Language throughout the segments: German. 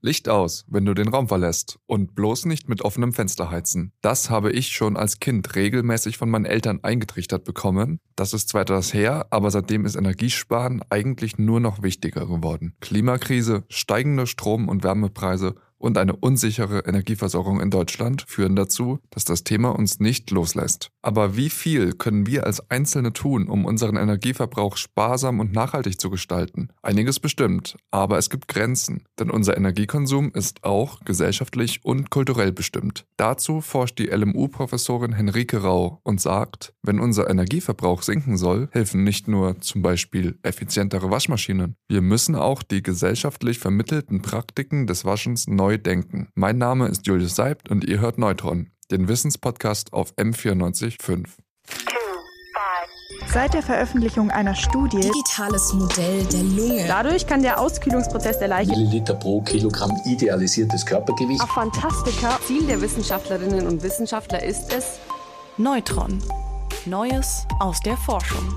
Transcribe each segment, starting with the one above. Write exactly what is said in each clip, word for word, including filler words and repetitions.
Licht aus, wenn du den Raum verlässt und bloß nicht mit offenem Fenster heizen. Das habe ich schon als Kind regelmäßig von meinen Eltern eingetrichtert bekommen. Das ist zwar etwas her, aber seitdem ist Energiesparen eigentlich nur noch wichtiger geworden. Klimakrise, steigende Strom- und Wärmepreise und eine unsichere Energieversorgung in Deutschland führen dazu, dass das Thema uns nicht loslässt. Aber wie viel können wir als Einzelne tun, um unseren Energieverbrauch sparsam und nachhaltig zu gestalten? Einiges bestimmt, aber es gibt Grenzen, denn unser Energiekonsum ist auch gesellschaftlich und kulturell bestimmt. Dazu forscht die L M U-Professorin Henrike Rau und sagt, wenn unser Energieverbrauch sinken soll, helfen nicht nur zum Beispiel effizientere Waschmaschinen. Wir müssen auch die gesellschaftlich vermittelten Praktiken des Waschens neu denken. Mein Name ist Julius Seibt und ihr hört Neutron, den Wissenspodcast auf M vierundneunzig Komma fünf. Seit der Veröffentlichung einer Studie Digitales Modell der Lunge. Dadurch kann der Auskühlungsprozess der Leiche Milliliter pro Kilogramm idealisiertes Körpergewicht. auf Fantastika. Ziel der Wissenschaftlerinnen und Wissenschaftler ist es, Neutron. Neues aus der Forschung.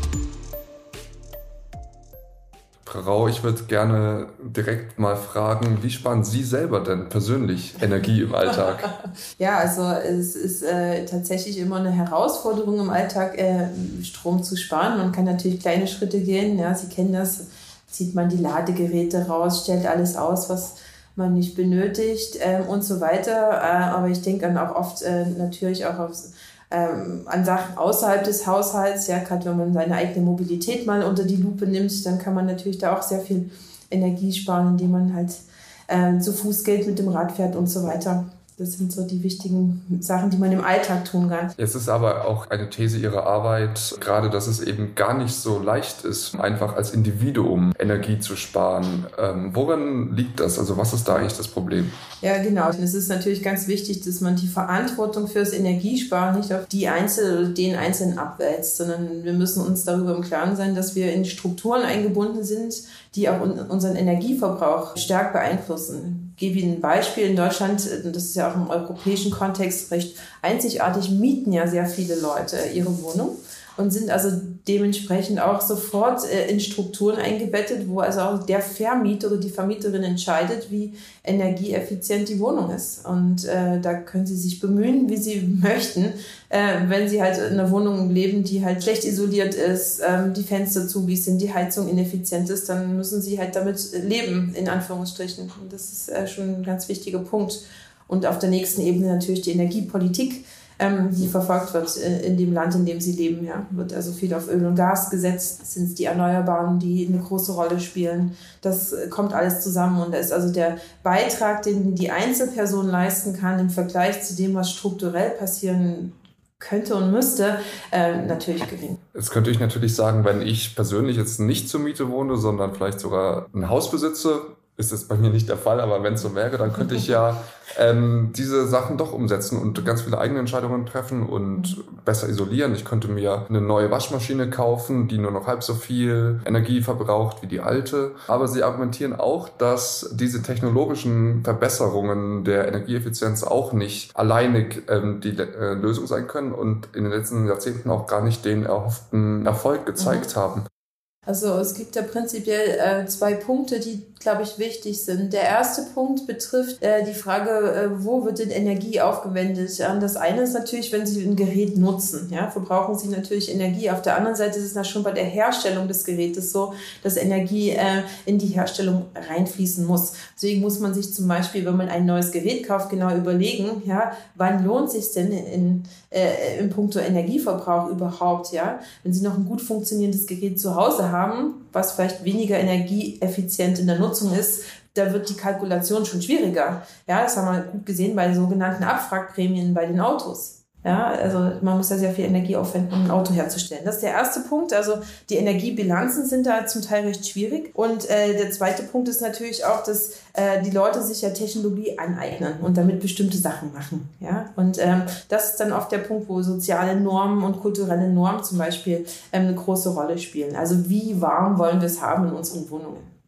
Frau Rau, ich würde gerne direkt mal fragen, wie sparen Sie selber denn persönlich Energie im Alltag? Ja, also es ist äh, tatsächlich immer eine Herausforderung im Alltag, äh, Strom zu sparen. Man kann natürlich kleine Schritte gehen. Ja, Sie kennen das, zieht man die Ladegeräte raus, stellt alles aus, was man nicht benötigt äh, und so weiter. Äh, aber ich denke dann auch oft äh, natürlich auch aufs Ähm, an Sachen außerhalb des Haushalts, ja, gerade wenn man seine eigene Mobilität mal unter die Lupe nimmt, dann kann man natürlich da auch sehr viel Energie sparen, indem man halt äh, zu Fuß geht, mit dem Rad fährt und so weiter. Das sind so die wichtigen Sachen, die man im Alltag tun kann. Es ist aber auch eine These Ihrer Arbeit, gerade dass es eben gar nicht so leicht ist, einfach als Individuum Energie zu sparen. Ähm, woran liegt das? Also was ist da eigentlich das Problem? Ja, genau. Es ist natürlich ganz wichtig, dass man die Verantwortung fürs Energiesparen nicht auf die Einzelnen oder den Einzelnen abwälzt, sondern wir müssen uns darüber im Klaren sein, dass wir in Strukturen eingebunden sind, die auch unseren Energieverbrauch stark beeinflussen. Ich gebe Ihnen ein Beispiel. In Deutschland, das ist ja auch im europäischen Kontext recht einzigartig, mieten ja sehr viele Leute ihre Wohnung und sind also dementsprechend auch sofort in Strukturen eingebettet, wo also auch der Vermieter oder die Vermieterin entscheidet, wie energieeffizient die Wohnung ist. Und äh, da können Sie sich bemühen, wie Sie möchten. Äh, wenn Sie halt in einer Wohnung leben, die halt schlecht isoliert ist, ähm, die Fenster zu sind, die Heizung ineffizient ist, dann müssen Sie halt damit leben, in Anführungsstrichen. Und das ist äh, schon ein ganz wichtiger Punkt. Und auf der nächsten Ebene natürlich die Energiepolitik, ähm, die verfolgt wird äh, in dem Land, in dem sie leben. Ja. Wird also viel auf Öl und Gas gesetzt. Das sind die Erneuerbaren, die eine große Rolle spielen. Das äh, kommt alles zusammen. Und da ist also der Beitrag, den die Einzelperson leisten kann, im Vergleich zu dem, was strukturell passieren könnte und müsste, äh, natürlich gering. Jetzt könnte ich natürlich sagen, wenn ich persönlich jetzt nicht zur Miete wohne, sondern vielleicht sogar ein Haus besitze, ist das bei mir nicht der Fall, aber wenn es so wäre, dann könnte ich ja ähm, diese Sachen doch umsetzen und ganz viele eigene Entscheidungen treffen und besser isolieren. Ich könnte mir eine neue Waschmaschine kaufen, die nur noch halb so viel Energie verbraucht wie die alte. Aber sie argumentieren auch, dass diese technologischen Verbesserungen der Energieeffizienz auch nicht alleinig ähm, die äh, Lösung sein können und in den letzten Jahrzehnten auch gar nicht den erhofften Erfolg gezeigt mhm. haben. Also es gibt ja prinzipiell äh, zwei Punkte, die, glaube ich, wichtig sind. Der erste Punkt betrifft äh, die Frage, äh, wo wird denn Energie aufgewendet? Ja, das eine ist natürlich, wenn Sie ein Gerät nutzen, ja, verbrauchen Sie natürlich Energie. Auf der anderen Seite ist es dann schon bei der Herstellung des Gerätes so, dass Energie äh, in die Herstellung reinfließen muss. Deswegen muss man sich zum Beispiel, wenn man ein neues Gerät kauft, genau überlegen, ja, wann lohnt sich denn in, äh, in puncto Energieverbrauch überhaupt? Ja? Wenn Sie noch ein gut funktionierendes Gerät zu Hause haben, was vielleicht weniger energieeffizient in der Nutzung ist, da wird die Kalkulation schon schwieriger. Ja, das haben wir gut gesehen bei sogenannten Abwrackprämien bei den Autos. Ja, also man muss ja sehr viel Energie aufwenden, um ein Auto herzustellen. Das ist der erste Punkt. Also die Energiebilanzen sind da zum Teil recht schwierig. Und äh, der zweite Punkt ist natürlich auch, dass äh, die Leute sich ja Technologie aneignen und damit bestimmte Sachen machen. Ja, und ähm, das ist dann oft der Punkt, wo soziale Normen und kulturelle Normen zum Beispiel ähm, eine große Rolle spielen. Also wie warm wollen wir es haben in unseren Wohnungen?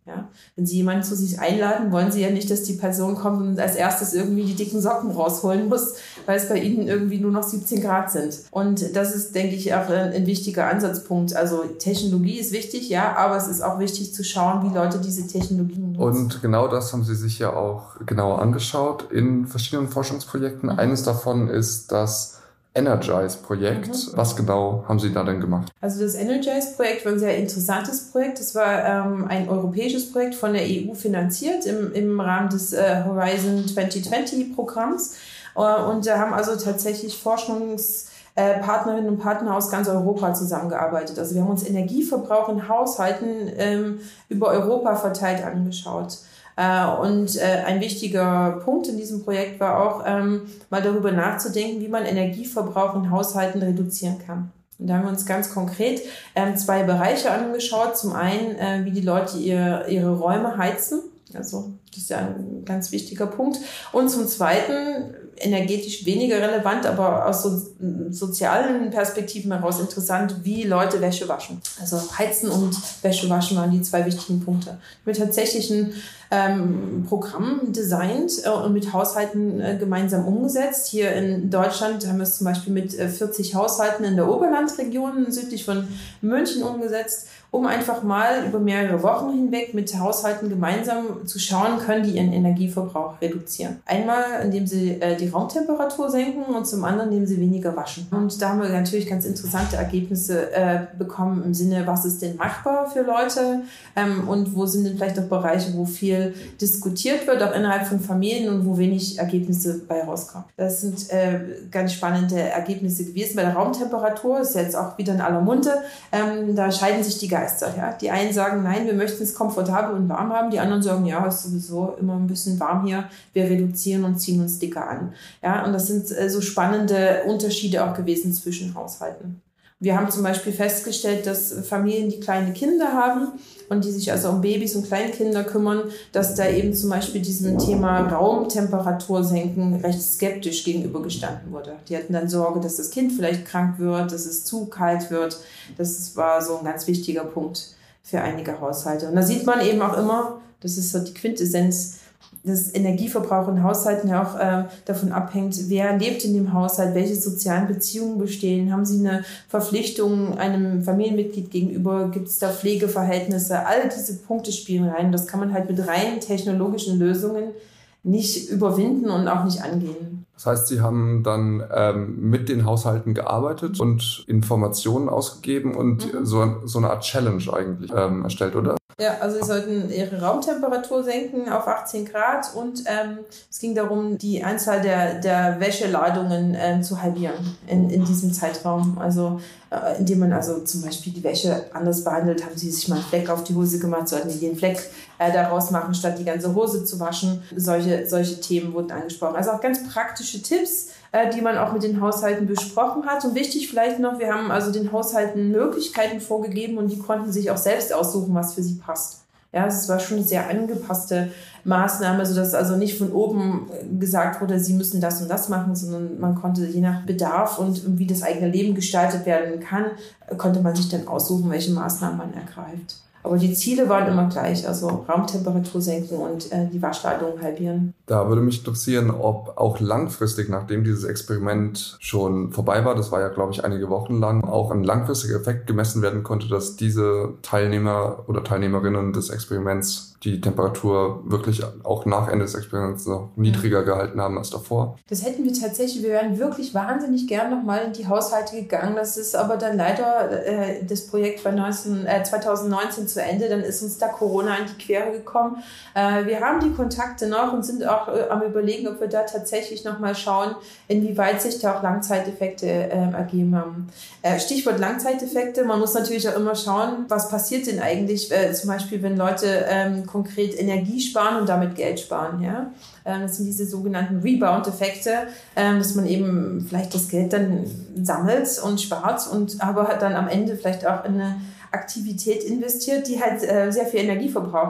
Ja? Wenn Sie jemanden zu sich einladen, wollen Sie ja nicht, dass die Person kommt und als erstes irgendwie die dicken Socken rausholen muss, weil es bei Ihnen irgendwie nur noch siebzehn Grad sind. Und das ist, denke ich, auch ein, ein wichtiger Ansatzpunkt. Also Technologie ist wichtig, ja, aber es ist auch wichtig zu schauen, wie Leute diese Technologien nutzen. Und genau das haben Sie sich ja auch genauer angeschaut in verschiedenen Forschungsprojekten. Mhm. Eines davon ist das Energize-Projekt. Mhm. Was genau haben Sie da denn gemacht? Also das Energize-Projekt war ein sehr interessantes Projekt. Das war ähm, ein europäisches Projekt von der E U finanziert im, im Rahmen des äh, Horizon zwanzig zwanzig Programms. Äh, und da haben also tatsächlich Forschungspartnerinnen und Partner aus ganz Europa zusammengearbeitet. Also wir haben uns Energieverbrauch in Haushalten ähm, über Europa verteilt angeschaut. Und ein wichtiger Punkt in diesem Projekt war auch, mal darüber nachzudenken, wie man Energieverbrauch in Haushalten reduzieren kann. Und da haben wir uns ganz konkret zwei Bereiche angeschaut. Zum einen, wie die Leute ihre, ihre Räume heizen. Also das ist ja ein ganz wichtiger Punkt. Und zum Zweiten, energetisch weniger relevant, aber aus so, sozialen Perspektiven heraus interessant, wie Leute Wäsche waschen. Also Heizen und Wäsche waschen waren die zwei wichtigen Punkte. Wir haben tatsächlich ein ähm, Programm designt äh, und mit Haushalten äh, gemeinsam umgesetzt. Hier in Deutschland haben wir es zum Beispiel mit äh, vierzig Haushalten in der Oberlandregion südlich von München umgesetzt, um einfach mal über mehrere Wochen hinweg mit Haushalten gemeinsam zu schauen, können die ihren Energieverbrauch reduzieren. Einmal, indem sie äh, die Raumtemperatur senken und zum anderen, indem sie weniger waschen. Und da haben wir natürlich ganz interessante Ergebnisse äh, bekommen im Sinne, was ist denn machbar für Leute ähm, und wo sind denn vielleicht auch Bereiche, wo viel diskutiert wird, auch innerhalb von Familien und wo wenig Ergebnisse bei rauskommen. Das sind äh, ganz spannende Ergebnisse gewesen. Bei der Raumtemperatur ist jetzt auch wieder in aller Munde. Ähm, da scheiden sich die Geister. Ja? Die einen sagen, nein, wir möchten es komfortabel und warm haben. Die anderen sagen, ja, es ist sowieso immer ein bisschen warm hier. Wir reduzieren und ziehen uns dicker an. Ja? Und das sind äh, so spannende Unterschiede auch gewesen zwischen Haushalten. Wir haben zum Beispiel festgestellt, dass Familien, die kleine Kinder haben und die sich also um Babys und Kleinkinder kümmern, dass da eben zum Beispiel diesem Thema Raumtemperatur senken recht skeptisch gegenübergestanden wurde. Die hatten dann Sorge, dass das Kind vielleicht krank wird, dass es zu kalt wird. Das war so ein ganz wichtiger Punkt für einige Haushalte. Und da sieht man eben auch immer, das ist so die Quintessenz, dass Energieverbrauch in Haushalten ja auch äh, davon abhängt, wer lebt in dem Haushalt, welche sozialen Beziehungen bestehen, haben sie eine Verpflichtung einem Familienmitglied gegenüber, gibt es da Pflegeverhältnisse, all diese Punkte spielen rein. Das kann man halt mit rein technologischen Lösungen nicht überwinden und auch nicht angehen. Das heißt, Sie haben dann ähm, mit den Haushalten gearbeitet und Informationen ausgegeben und mhm. so, so eine Art Challenge eigentlich ähm, erstellt, oder? Ja, also sie sollten ihre Raumtemperatur senken auf achtzehn Grad und ähm, es ging darum, die Anzahl der, der Wäscheladungen ähm, zu halbieren in, in diesem Zeitraum. Also äh, indem man also zum Beispiel die Wäsche anders behandelt, haben sie sich mal einen Fleck auf die Hose gemacht, sollten sie den Fleck äh, daraus machen, statt die ganze Hose zu waschen. Solche, solche Themen wurden angesprochen. Also auch ganz praktische Tipps, äh, die man auch mit den Haushalten besprochen hat. Und wichtig vielleicht noch, wir haben also den Haushalten Möglichkeiten vorgegeben und die konnten sich auch selbst aussuchen, was für sie passt. Ja, es war schon eine sehr angepasste Maßnahme, sodass also nicht von oben gesagt wurde, sie müssen das und das machen, sondern man konnte je nach Bedarf und wie das eigene Leben gestaltet werden kann, konnte man sich dann aussuchen, welche Maßnahmen man ergreift. Aber die Ziele waren immer gleich, also Raumtemperatur senken und äh, die Waschladung halbieren. Da würde mich interessieren, ob auch langfristig, nachdem dieses Experiment schon vorbei war, das war ja, glaube ich, einige Wochen lang, auch ein langfristiger Effekt gemessen werden konnte, dass diese Teilnehmer oder Teilnehmerinnen des Experiments die Temperatur wirklich auch nach Ende des Experiments noch niedriger gehalten haben als davor. Das hätten wir tatsächlich, wir wären wirklich wahnsinnig gern nochmal in die Haushalte gegangen. Das ist aber dann leider, äh, das Projekt war neunzehn, äh, zwanzig neunzehn zu Ende, dann ist uns da Corona in die Quere gekommen. Äh, wir haben die Kontakte noch und sind auch äh, am Überlegen, ob wir da tatsächlich nochmal schauen, inwieweit sich da auch Langzeiteffekte äh, ergeben haben. Äh, Stichwort Langzeiteffekte, man muss natürlich auch immer schauen, was passiert denn eigentlich, äh, zum Beispiel, wenn Leute ähm, konkret Energie sparen und damit Geld sparen. Ja? Ähm, das sind diese sogenannten Rebound-Effekte, ähm, dass man eben vielleicht das Geld dann sammelt und spart und aber dann am Ende vielleicht auch in eine Aktivität investiert, die halt äh, sehr viel Energie verbraucht.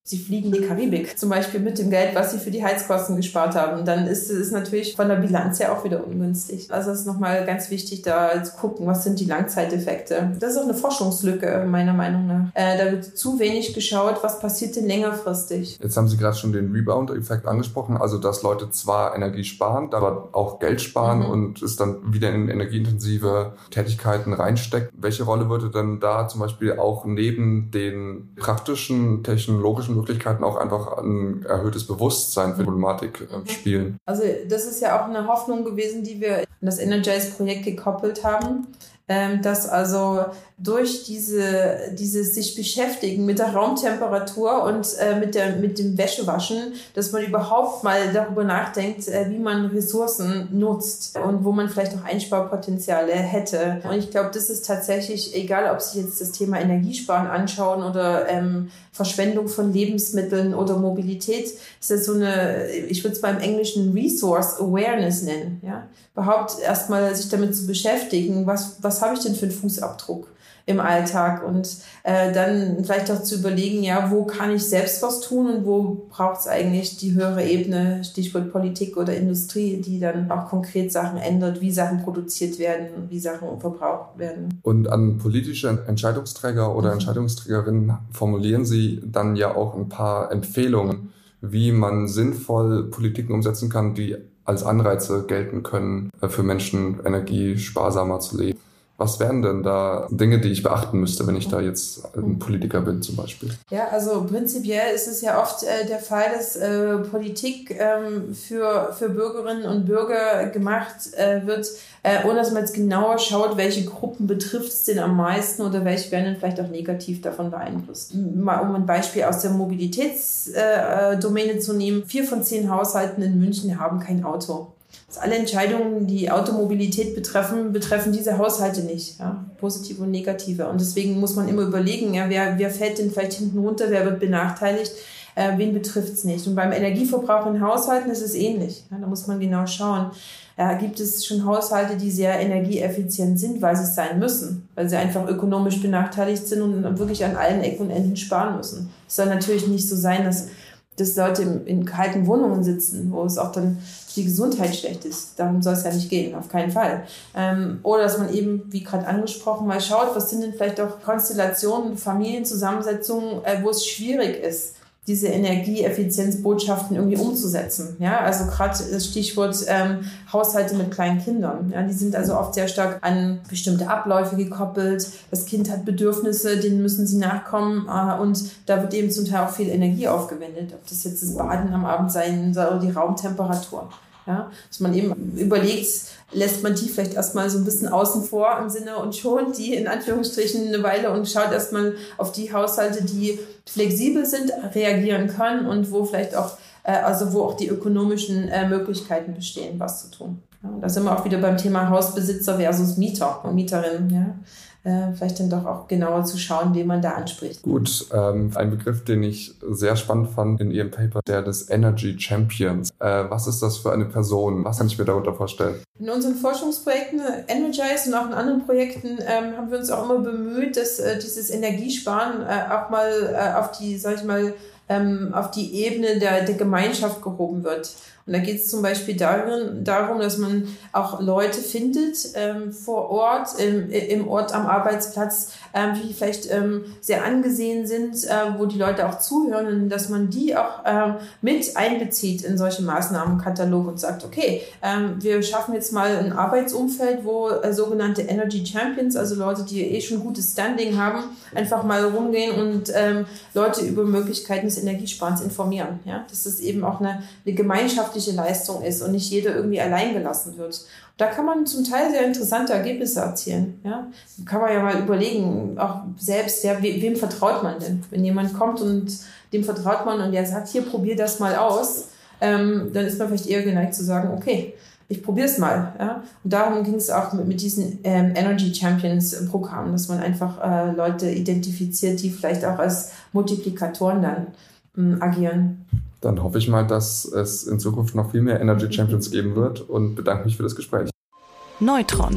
Sie fliegen in die Karibik, zum Beispiel mit dem Geld, was sie für die Heizkosten gespart haben. Dann ist es natürlich von der Bilanz her auch wieder ungünstig. Also es ist nochmal ganz wichtig, da zu gucken, was sind die Langzeiteffekte. Das ist auch eine Forschungslücke, meiner Meinung nach. Äh, da wird zu wenig geschaut, was passiert denn längerfristig. Jetzt haben Sie gerade schon den Rebound-Effekt angesprochen, also dass Leute zwar Energie sparen, aber auch Geld sparen mhm. und es dann wieder in energieintensive Tätigkeiten reinsteckt. Welche Rolle würde denn da zum Beispiel auch neben den praktischen, technologischen Möglichkeiten auch einfach ein erhöhtes Bewusstsein für die Problematik äh, spielen? Also das ist ja auch eine Hoffnung gewesen, die wir an das Energize-Projekt gekoppelt haben, ähm, dass also durch diese dieses sich beschäftigen mit der Raumtemperatur und äh, mit der mit dem Wäschewaschen, dass man überhaupt mal darüber nachdenkt, äh, wie man Ressourcen nutzt und wo man vielleicht auch Einsparpotenziale hätte. Und ich glaube, das ist tatsächlich, egal ob Sie jetzt das Thema Energiesparen anschauen oder ähm, Verschwendung von Lebensmitteln oder Mobilität, ist das so eine, ich würde es beim Englischen Resource Awareness nennen, ja, überhaupt erstmal sich damit zu beschäftigen, was was habe ich denn für einen Fußabdruck im Alltag und äh, dann vielleicht auch zu überlegen, ja, wo kann ich selbst was tun und wo braucht es eigentlich die höhere Ebene, Stichwort Politik oder Industrie, die dann auch konkret Sachen ändert, wie Sachen produziert werden, wie Sachen verbraucht werden. Und an politische Entscheidungsträger oder mhm. Entscheidungsträgerinnen formulieren Sie dann ja auch ein paar Empfehlungen, wie man sinnvoll Politiken umsetzen kann, die als Anreize gelten können, für Menschen energiesparsamer zu leben. Was wären denn da Dinge, die ich beachten müsste, wenn ich da jetzt ein Politiker bin zum Beispiel? Ja, also prinzipiell ist es ja oft äh, der Fall, dass äh, Politik ähm, für, für Bürgerinnen und Bürger gemacht äh, wird, äh, ohne dass man jetzt genauer schaut, welche Gruppen betrifft es denn am meisten oder welche werden dann vielleicht auch negativ davon beeinflusst. Mal um ein Beispiel aus der Mobilitätsdomäne äh, zu nehmen. Vier von zehn Haushalten in München haben kein Auto. Alle Entscheidungen, die Automobilität betreffen, betreffen diese Haushalte nicht, ja, positive und negative. Und deswegen muss man immer überlegen, ja, wer, wer fällt denn vielleicht hinten runter, wer wird benachteiligt, äh, wen betrifft es nicht. Und beim Energieverbrauch in Haushalten ist es ähnlich. Ja, da muss man genau schauen. Ja, gibt es schon Haushalte, die sehr energieeffizient sind, weil sie es sein müssen, weil sie einfach ökonomisch benachteiligt sind und wirklich an allen Ecken und Enden sparen müssen. Es soll natürlich nicht so sein, dass dass Leute in, in kalten Wohnungen sitzen, wo es auch dann für die Gesundheit schlecht ist. Darum soll es ja nicht gehen, auf keinen Fall. Ähm, oder dass man eben, wie gerade angesprochen, mal schaut, was sind denn vielleicht auch Konstellationen, Familienzusammensetzungen, äh, wo es schwierig ist, diese Energieeffizienzbotschaften irgendwie umzusetzen. Ja, also gerade das Stichwort ähm, Haushalte mit kleinen Kindern. Ja, die sind also oft sehr stark an bestimmte Abläufe gekoppelt. Das Kind hat Bedürfnisse, denen müssen sie nachkommen äh, und da wird eben zum Teil auch viel Energie aufgewendet. Ob das jetzt das Baden am Abend sein soll oder die Raumtemperatur. Ja, dass man eben überlegt, lässt man die vielleicht erstmal so ein bisschen außen vor im Sinne und schont die in Anführungsstrichen eine Weile und schaut erstmal auf die Haushalte, die flexibel sind, reagieren können und wo vielleicht auch, äh, also wo auch die ökonomischen äh, Möglichkeiten bestehen, was zu tun. Ja, da sind wir auch wieder beim Thema Hausbesitzer versus Mieter und Mieterinnen, ja. Äh, vielleicht dann doch auch genauer zu schauen, wen man da anspricht. Gut, ähm, ein Begriff, den ich sehr spannend fand in Ihrem Paper, der des Energy Champions. Äh, was ist das für eine Person? Was kann ich mir darunter vorstellen? In unseren Forschungsprojekten Energize und auch in anderen Projekten ähm, haben wir uns auch immer bemüht, dass äh, dieses Energiesparen äh, auch mal äh, auf die, sag ich mal, ähm, auf die Ebene der, der Gemeinschaft gehoben wird. Und da geht es zum Beispiel darin, darum, dass man auch Leute findet ähm, vor Ort, im, im Ort am Arbeitsplatz, ähm, die vielleicht ähm, sehr angesehen sind, äh, wo die Leute auch zuhören und dass man die auch ähm, mit einbezieht in solche Maßnahmenkatalog und sagt, okay, ähm, wir schaffen jetzt mal ein Arbeitsumfeld, wo äh, sogenannte Energy Champions, also Leute, die eh schon gutes Standing haben, einfach mal rumgehen und ähm, Leute über Möglichkeiten des Energiesparens informieren. Ja? Dass das eben auch eine, eine Gemeinschaft Leistung ist und nicht jeder irgendwie allein gelassen wird. Da kann man zum Teil sehr interessante Ergebnisse erzielen. Ja? Da kann man ja mal überlegen, auch selbst, ja, we, wem vertraut man denn? Wenn jemand kommt und dem vertraut man und der sagt, hier, probier das mal aus, ähm, dann ist man vielleicht eher geneigt zu sagen, okay, ich probiere es mal. Ja? Und darum ging es auch mit, mit diesen ähm, Energy Champions Programmen, dass man einfach äh, Leute identifiziert, die vielleicht auch als Multiplikatoren dann ähm, agieren. Dann hoffe ich mal, dass es in Zukunft noch viel mehr Energy Champions geben wird und bedanke mich für das Gespräch. Neutron.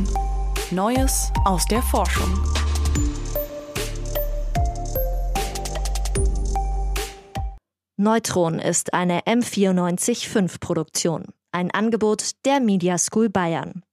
Neues aus der Forschung. Neutron ist eine M vierundneunzig Komma fünf Produktion. Ein Angebot der Media School Bayern.